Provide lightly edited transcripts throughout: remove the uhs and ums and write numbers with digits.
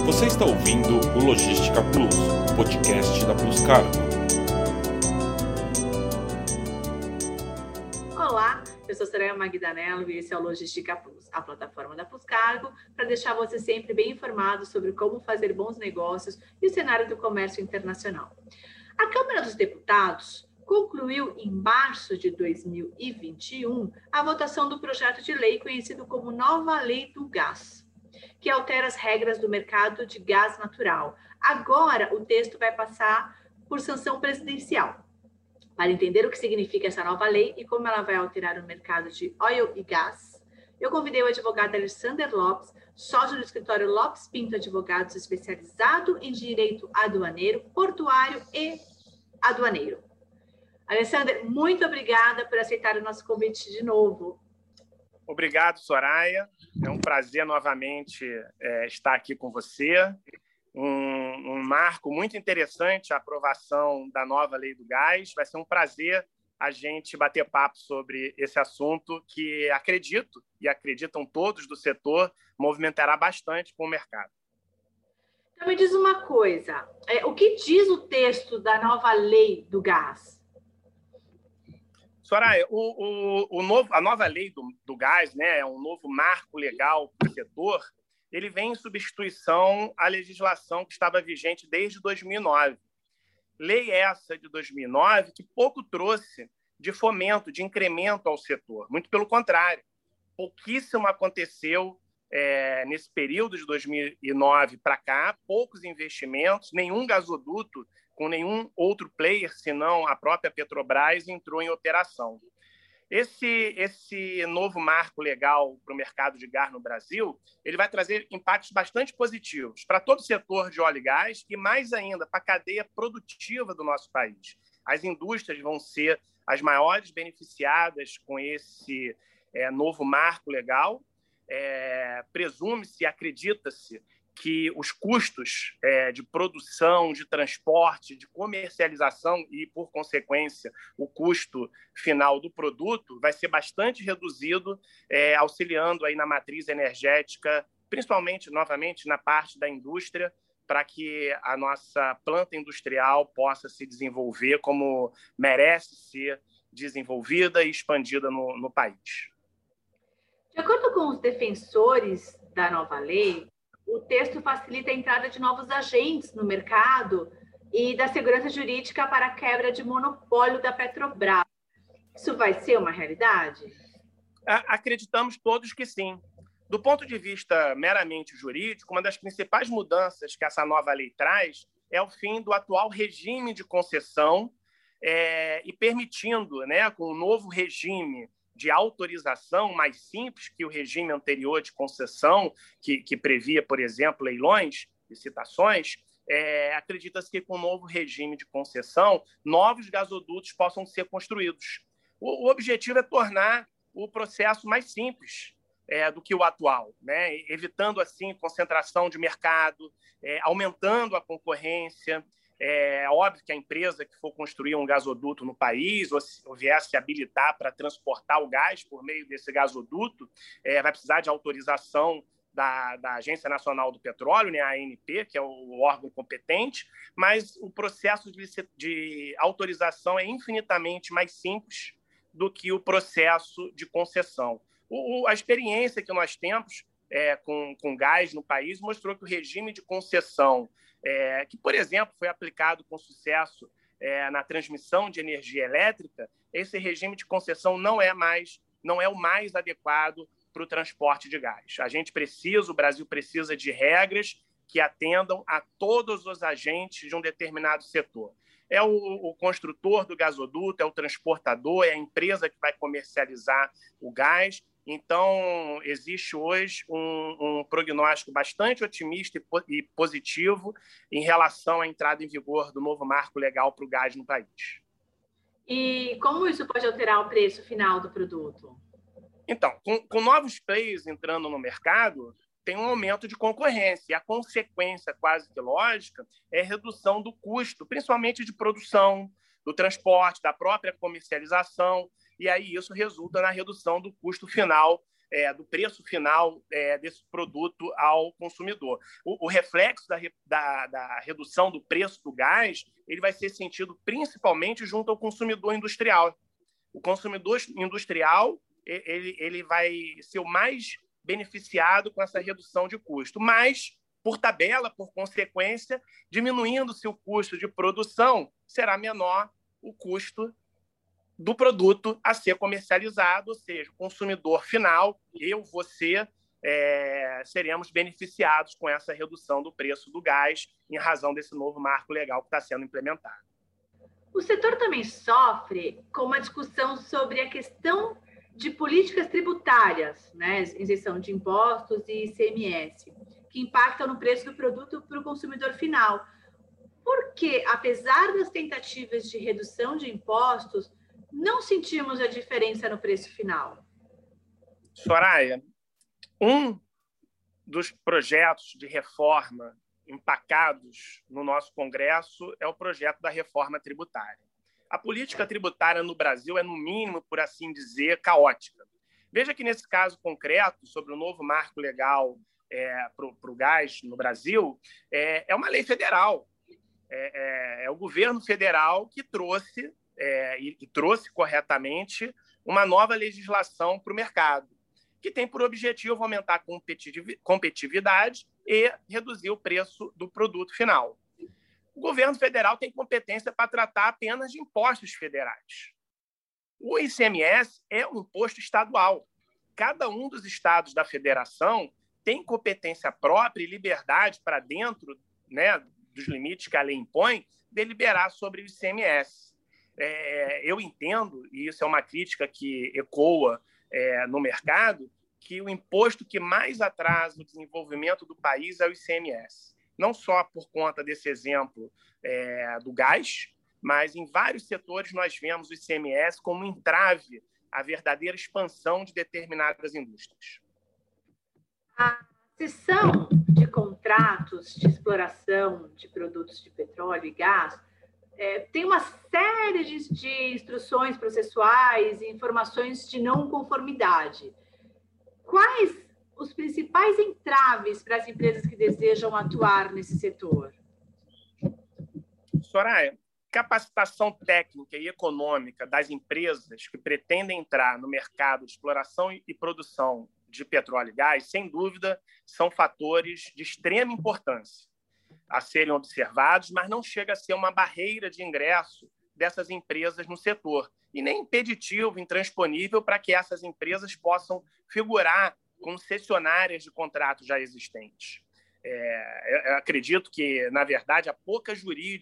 Você está ouvindo o Logística Plus, o podcast da Plus Cargo. Olá, eu sou Soraya Magdanello e esse é o Logística Plus, a plataforma da Plus Cargo, para deixar você sempre bem informado sobre como fazer bons negócios e o cenário do comércio internacional. A Câmara dos Deputados concluiu em março de 2021 a votação do projeto de lei conhecido como Nova Lei do Gás, que altera as regras do mercado de gás natural. Agora, o texto vai passar por sanção presidencial. Para entender o que significa essa nova lei e como ela vai alterar o mercado de óleo e gás, eu convidei o advogado Alexander Lopes, sócio do escritório Lopes Pinto Advogados, especializado em direito aduaneiro, portuário e aduaneiro. Alexander, muito obrigada por aceitar o nosso convite de novo. Obrigado, Soraya. É um prazer novamente estar aqui com você. Um marco muito interessante, a aprovação da nova Lei do Gás. Vai ser um prazer a gente bater papo sobre esse assunto que acredito, e acreditam todos do setor, movimentará bastante com o mercado. Então, me diz uma coisa, o que diz o texto da nova Lei do Gás? Soraya, a nova lei do gás, né, é um novo marco legal para o setor. Ele vem em substituição à legislação que estava vigente desde 2009. Lei essa de 2009 que pouco trouxe de fomento, de incremento ao setor. Muito pelo contrário, pouquíssimo aconteceu nesse período de 2009 para cá, poucos investimentos, nenhum gasoduto com nenhum outro player, senão a própria Petrobras, entrou em operação. Esse novo marco legal para o mercado de gás no Brasil, ele vai trazer impactos bastante positivos para todo o setor de óleo e gás e, mais ainda, para a cadeia produtiva do nosso país. As indústrias vão ser as maiores beneficiadas com esse novo marco legal. Presume-se e acredita-se que os custos de produção, de transporte, de comercialização e, por consequência, o custo final do produto vai ser bastante reduzido, auxiliando aí na matriz energética, principalmente, novamente, na parte da indústria, para que a nossa planta industrial possa se desenvolver como merece ser desenvolvida e expandida no país. De acordo com os defensores da nova lei, o texto facilita a entrada de novos agentes no mercado e da segurança jurídica para a quebra de monopólio da Petrobras. Isso vai ser uma realidade? Acreditamos todos que sim. Do ponto de vista meramente jurídico, uma das principais mudanças que essa nova lei traz é o fim do atual regime de concessão e permitindo, né, com o novo regime de autorização mais simples que o regime anterior de concessão, que previa, por exemplo, leilões, licitações, acredita-se que com o novo regime de concessão, novos gasodutos possam ser construídos. O objetivo é tornar o processo mais simples do que o atual, né? Evitando, assim, concentração de mercado, aumentando a concorrência. É óbvio que a empresa que for construir um gasoduto no país ou vier se habilitar para transportar o gás por meio desse gasoduto, vai precisar de autorização da Agência Nacional do Petróleo, né, a ANP, que é o órgão competente, mas o processo de autorização é infinitamente mais simples do que o processo de concessão. A experiência que nós temos com gás no país mostrou que o regime de concessão, que, por exemplo, foi aplicado com sucesso na transmissão de energia elétrica, esse regime de concessão não é o mais adequado para o transporte de gás. O Brasil precisa de regras que atendam a todos os agentes de um determinado setor. É o construtor do gasoduto, é o transportador, é a empresa que vai comercializar o gás. Então, existe hoje um prognóstico bastante otimista e positivo em relação à entrada em vigor do novo marco legal para o gás no país. E como isso pode alterar o preço final do produto? Então, com novos players entrando no mercado, tem um aumento de concorrência. E a consequência quase que lógica é a redução do custo, principalmente de produção, do transporte, da própria comercialização. E aí isso resulta na redução do custo final do preço final desse produto ao consumidor. O reflexo da redução do preço do gás ele vai ser sentido principalmente junto ao consumidor industrial. O consumidor industrial ele vai ser o mais beneficiado com essa redução de custo, mas, por tabela, por consequência, diminuindo-se o custo de produção, será menor o custo do produto a ser comercializado, ou seja, o consumidor final, eu, você, seremos beneficiados com essa redução do preço do gás em razão desse novo marco legal que está sendo implementado. O setor também sofre com uma discussão sobre a questão de políticas tributárias, né, isenção de impostos e ICMS, que impactam no preço do produto para o consumidor final. Porque, apesar das tentativas de redução de impostos, não sentimos a diferença no preço final. Soraya, um dos projetos de reforma empacados no nosso Congresso é o projeto da reforma tributária. A política tributária no Brasil é, no mínimo, por assim dizer, caótica. Veja que, nesse caso concreto, sobre o novo marco legal para o gás no Brasil, é uma lei federal. É o governo federal que trouxe, e trouxe corretamente, uma nova legislação para o mercado, que tem por objetivo aumentar a competitividade e reduzir o preço do produto final. O governo federal tem competência para tratar apenas de impostos federais. O ICMS é um imposto estadual. Cada um dos estados da federação tem competência própria e liberdade para dentro, né, dos limites que a lei impõe, deliberar sobre o ICMS. Eu entendo, e isso é uma crítica que ecoa no mercado, que o imposto que mais atrasa o desenvolvimento do país é o ICMS. Não só por conta desse exemplo do gás, mas em vários setores nós vemos o ICMS como um entrave à verdadeira expansão de determinadas indústrias. A seção de contratos de exploração de produtos de petróleo e gás tem uma série de instruções processuais e informações de não conformidade. Quais os principais entraves para as empresas que desejam atuar nesse setor? Soraya, capacitação técnica e econômica das empresas que pretendem entrar no mercado de exploração e produção de petróleo e gás, sem dúvida, são fatores de extrema importância a serem observados, mas não chega a ser uma barreira de ingresso dessas empresas no setor, e nem impeditivo, intransponível, para que essas empresas possam figurar como cessionárias de contratos já existentes. Eu acredito que, na verdade, a pouca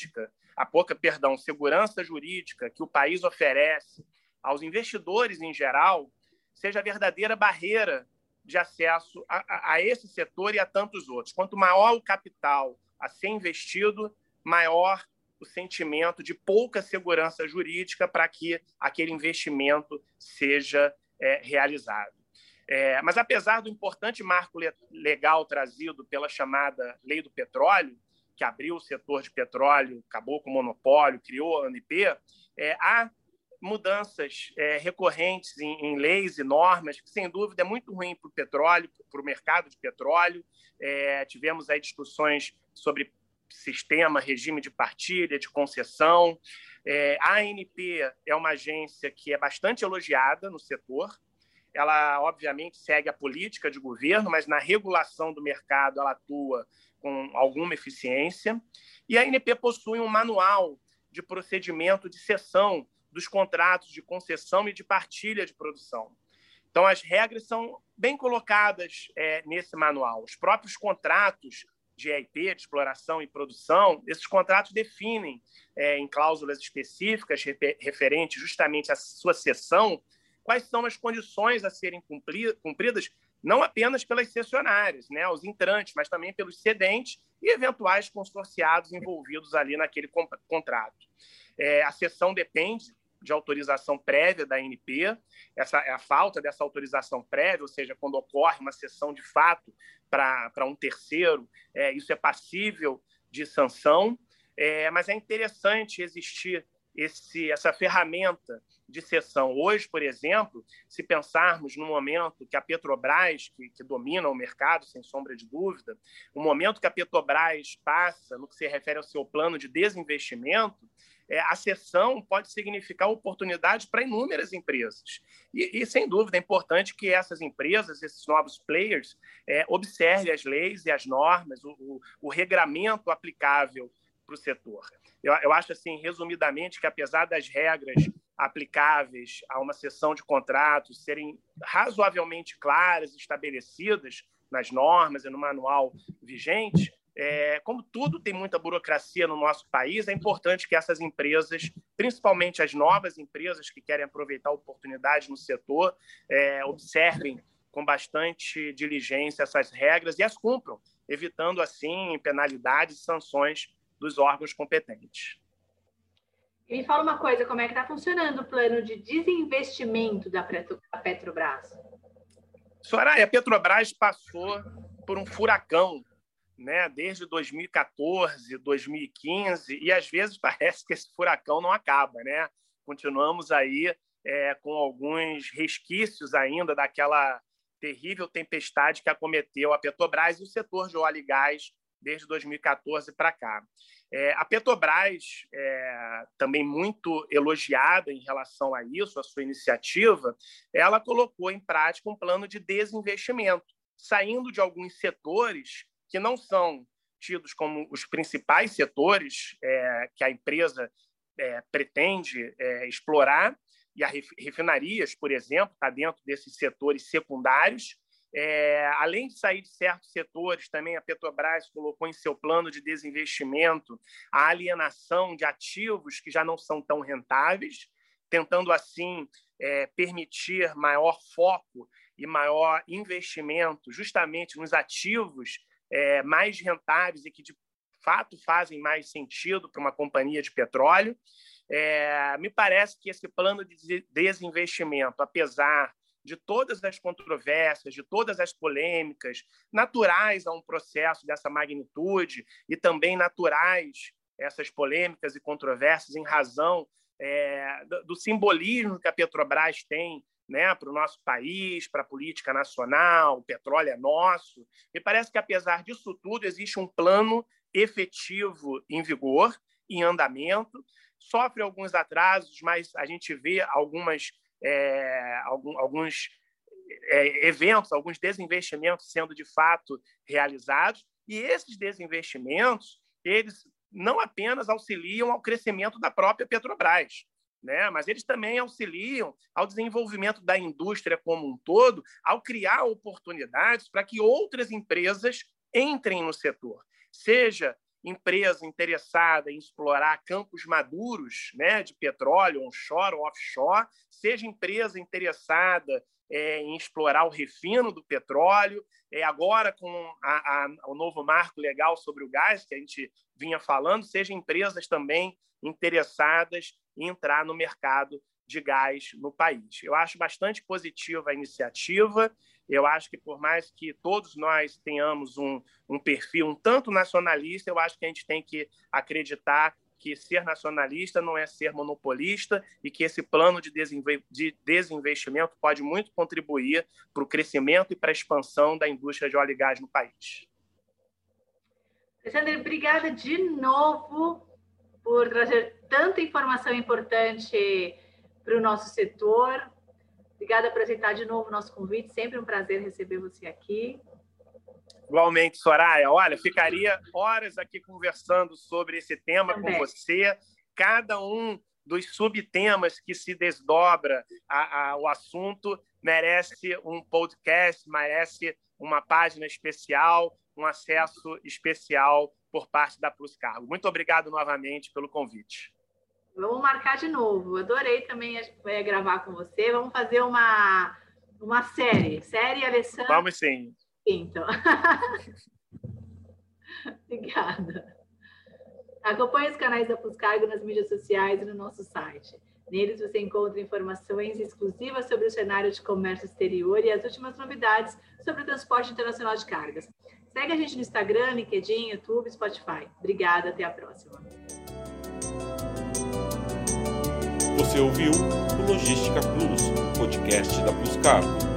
segurança jurídica que o país oferece aos investidores em geral seja a verdadeira barreira de acesso a esse setor e a tantos outros. Quanto maior o capital a ser investido, maior o sentimento de pouca segurança jurídica para que aquele investimento seja realizado. Mas, apesar do importante marco legal trazido pela chamada Lei do Petróleo, que abriu o setor de petróleo, acabou com o monopólio, criou a ANP, há mudanças recorrentes em leis e normas, que, sem dúvida, é muito ruim para o petróleo, para o mercado de petróleo. Tivemos aí discussões sobre sistema, regime de partilha, de concessão. A ANP é uma agência que é bastante elogiada no setor. Ela, obviamente, segue a política de governo, mas na regulação do mercado ela atua com alguma eficiência. E a ANP possui um manual de procedimento de cessão dos contratos de concessão e de partilha de produção. Então, as regras são bem colocadas nesse manual. Os próprios contratos de EIP, de exploração e produção, esses contratos definem, em cláusulas específicas referentes justamente à sua cessão, quais são as condições a serem cumpridas, não apenas pelas cessionárias, né, os entrantes, mas também pelos cedentes e eventuais consorciados envolvidos ali naquele contrato. A cessão depende de autorização prévia da ANP. A falta dessa autorização prévia, ou seja, quando ocorre uma cessão de fato para um terceiro, isso é passível de sanção, mas é interessante existir essa ferramenta de cessão. Hoje, por exemplo, se pensarmos no momento que a Petrobras, que domina o mercado, sem sombra de dúvida, o momento que a Petrobras passa no que se refere ao seu plano de desinvestimento, a cessão pode significar oportunidade para inúmeras empresas. E, sem dúvida, é importante que essas empresas, esses novos players, observem as leis e as normas, o regramento aplicável para o setor. Eu acho, assim, resumidamente, que apesar das regras aplicáveis a uma cessão de contratos serem razoavelmente claras, estabelecidas nas normas e no manual vigente, como tudo tem muita burocracia no nosso país, é importante que essas empresas, principalmente as novas empresas que querem aproveitar a oportunidade no setor, observem com bastante diligência essas regras e as cumpram, evitando, assim, penalidades e sanções dos órgãos competentes. E me fala uma coisa, como é que está funcionando o plano de desinvestimento da Petrobras? Soraya, a Petrobras passou por um furacão, né, desde 2014, 2015, e às vezes parece que esse furacão não acaba, né? Continuamos aí com alguns resquícios ainda daquela terrível tempestade que acometeu a Petrobras e o setor de óleo e gás desde 2014 para cá. A Petrobras, também muito elogiada em relação a isso, a sua iniciativa, ela colocou em prática um plano de desinvestimento, saindo de alguns setores que não são tidos como os principais setores que a empresa pretende explorar, e a refinarias, por exemplo, está dentro desses setores secundários. Além de sair de certos setores, também a Petrobras colocou em seu plano de desinvestimento a alienação de ativos que já não são tão rentáveis, tentando, assim, permitir maior foco e maior investimento justamente nos ativos mais rentáveis e que, de fato, fazem mais sentido para uma companhia de petróleo. Me parece que esse plano de desinvestimento, apesar de todas as controvérsias, de todas as polêmicas naturais a um processo dessa magnitude e também naturais essas polêmicas e controvérsias em razão do simbolismo que a Petrobras tem, né, para o nosso país, para a política nacional, o petróleo é nosso. Me parece que, apesar disso tudo, existe um plano efetivo em vigor, em andamento, sofre alguns atrasos, mas a gente vê alguns eventos, alguns desinvestimentos sendo de fato realizados, e esses desinvestimentos, eles não apenas auxiliam ao crescimento da própria Petrobras, né, mas eles também auxiliam ao desenvolvimento da indústria como um todo, ao criar oportunidades para que outras empresas entrem no setor, seja empresa interessada em explorar campos maduros, né, de petróleo, onshore ou offshore, seja empresa interessada em explorar o refino do petróleo, agora com o novo marco legal sobre o gás, que a gente vinha falando, seja empresas também interessadas em entrar no mercado de gás no país. Eu acho bastante positiva a iniciativa. Eu acho que, por mais que todos nós tenhamos um perfil um tanto nacionalista, eu acho que a gente tem que acreditar que ser nacionalista não é ser monopolista e que esse plano de desinvestimento pode muito contribuir para o crescimento e para a expansão da indústria de óleo e gás no país. Alexandre, obrigada de novo por trazer tanta informação importante para o nosso setor. Obrigada por aceitar de novo o nosso convite. Sempre um prazer receber você aqui. Igualmente, Soraya. Olha, ficaria horas aqui conversando sobre esse tema também com você. Cada um dos subtemas que se desdobra o assunto merece um podcast, merece uma página especial, um acesso especial por parte da Plus Cargo. Muito obrigado novamente pelo convite. Vamos marcar de novo. Adorei também gravar com você. Vamos fazer uma série. Série Alessandro. Vamos sim. Então. Obrigada. Acompanhe os canais da Plus Cargo nas mídias sociais e no nosso site. Neles você encontra informações exclusivas sobre o cenário de comércio exterior e as últimas novidades sobre o transporte internacional de cargas. Segue a gente no Instagram, LinkedIn, YouTube, Spotify. Obrigada, até a próxima. Você ouviu o Logística Plus, podcast da Plus Cargo.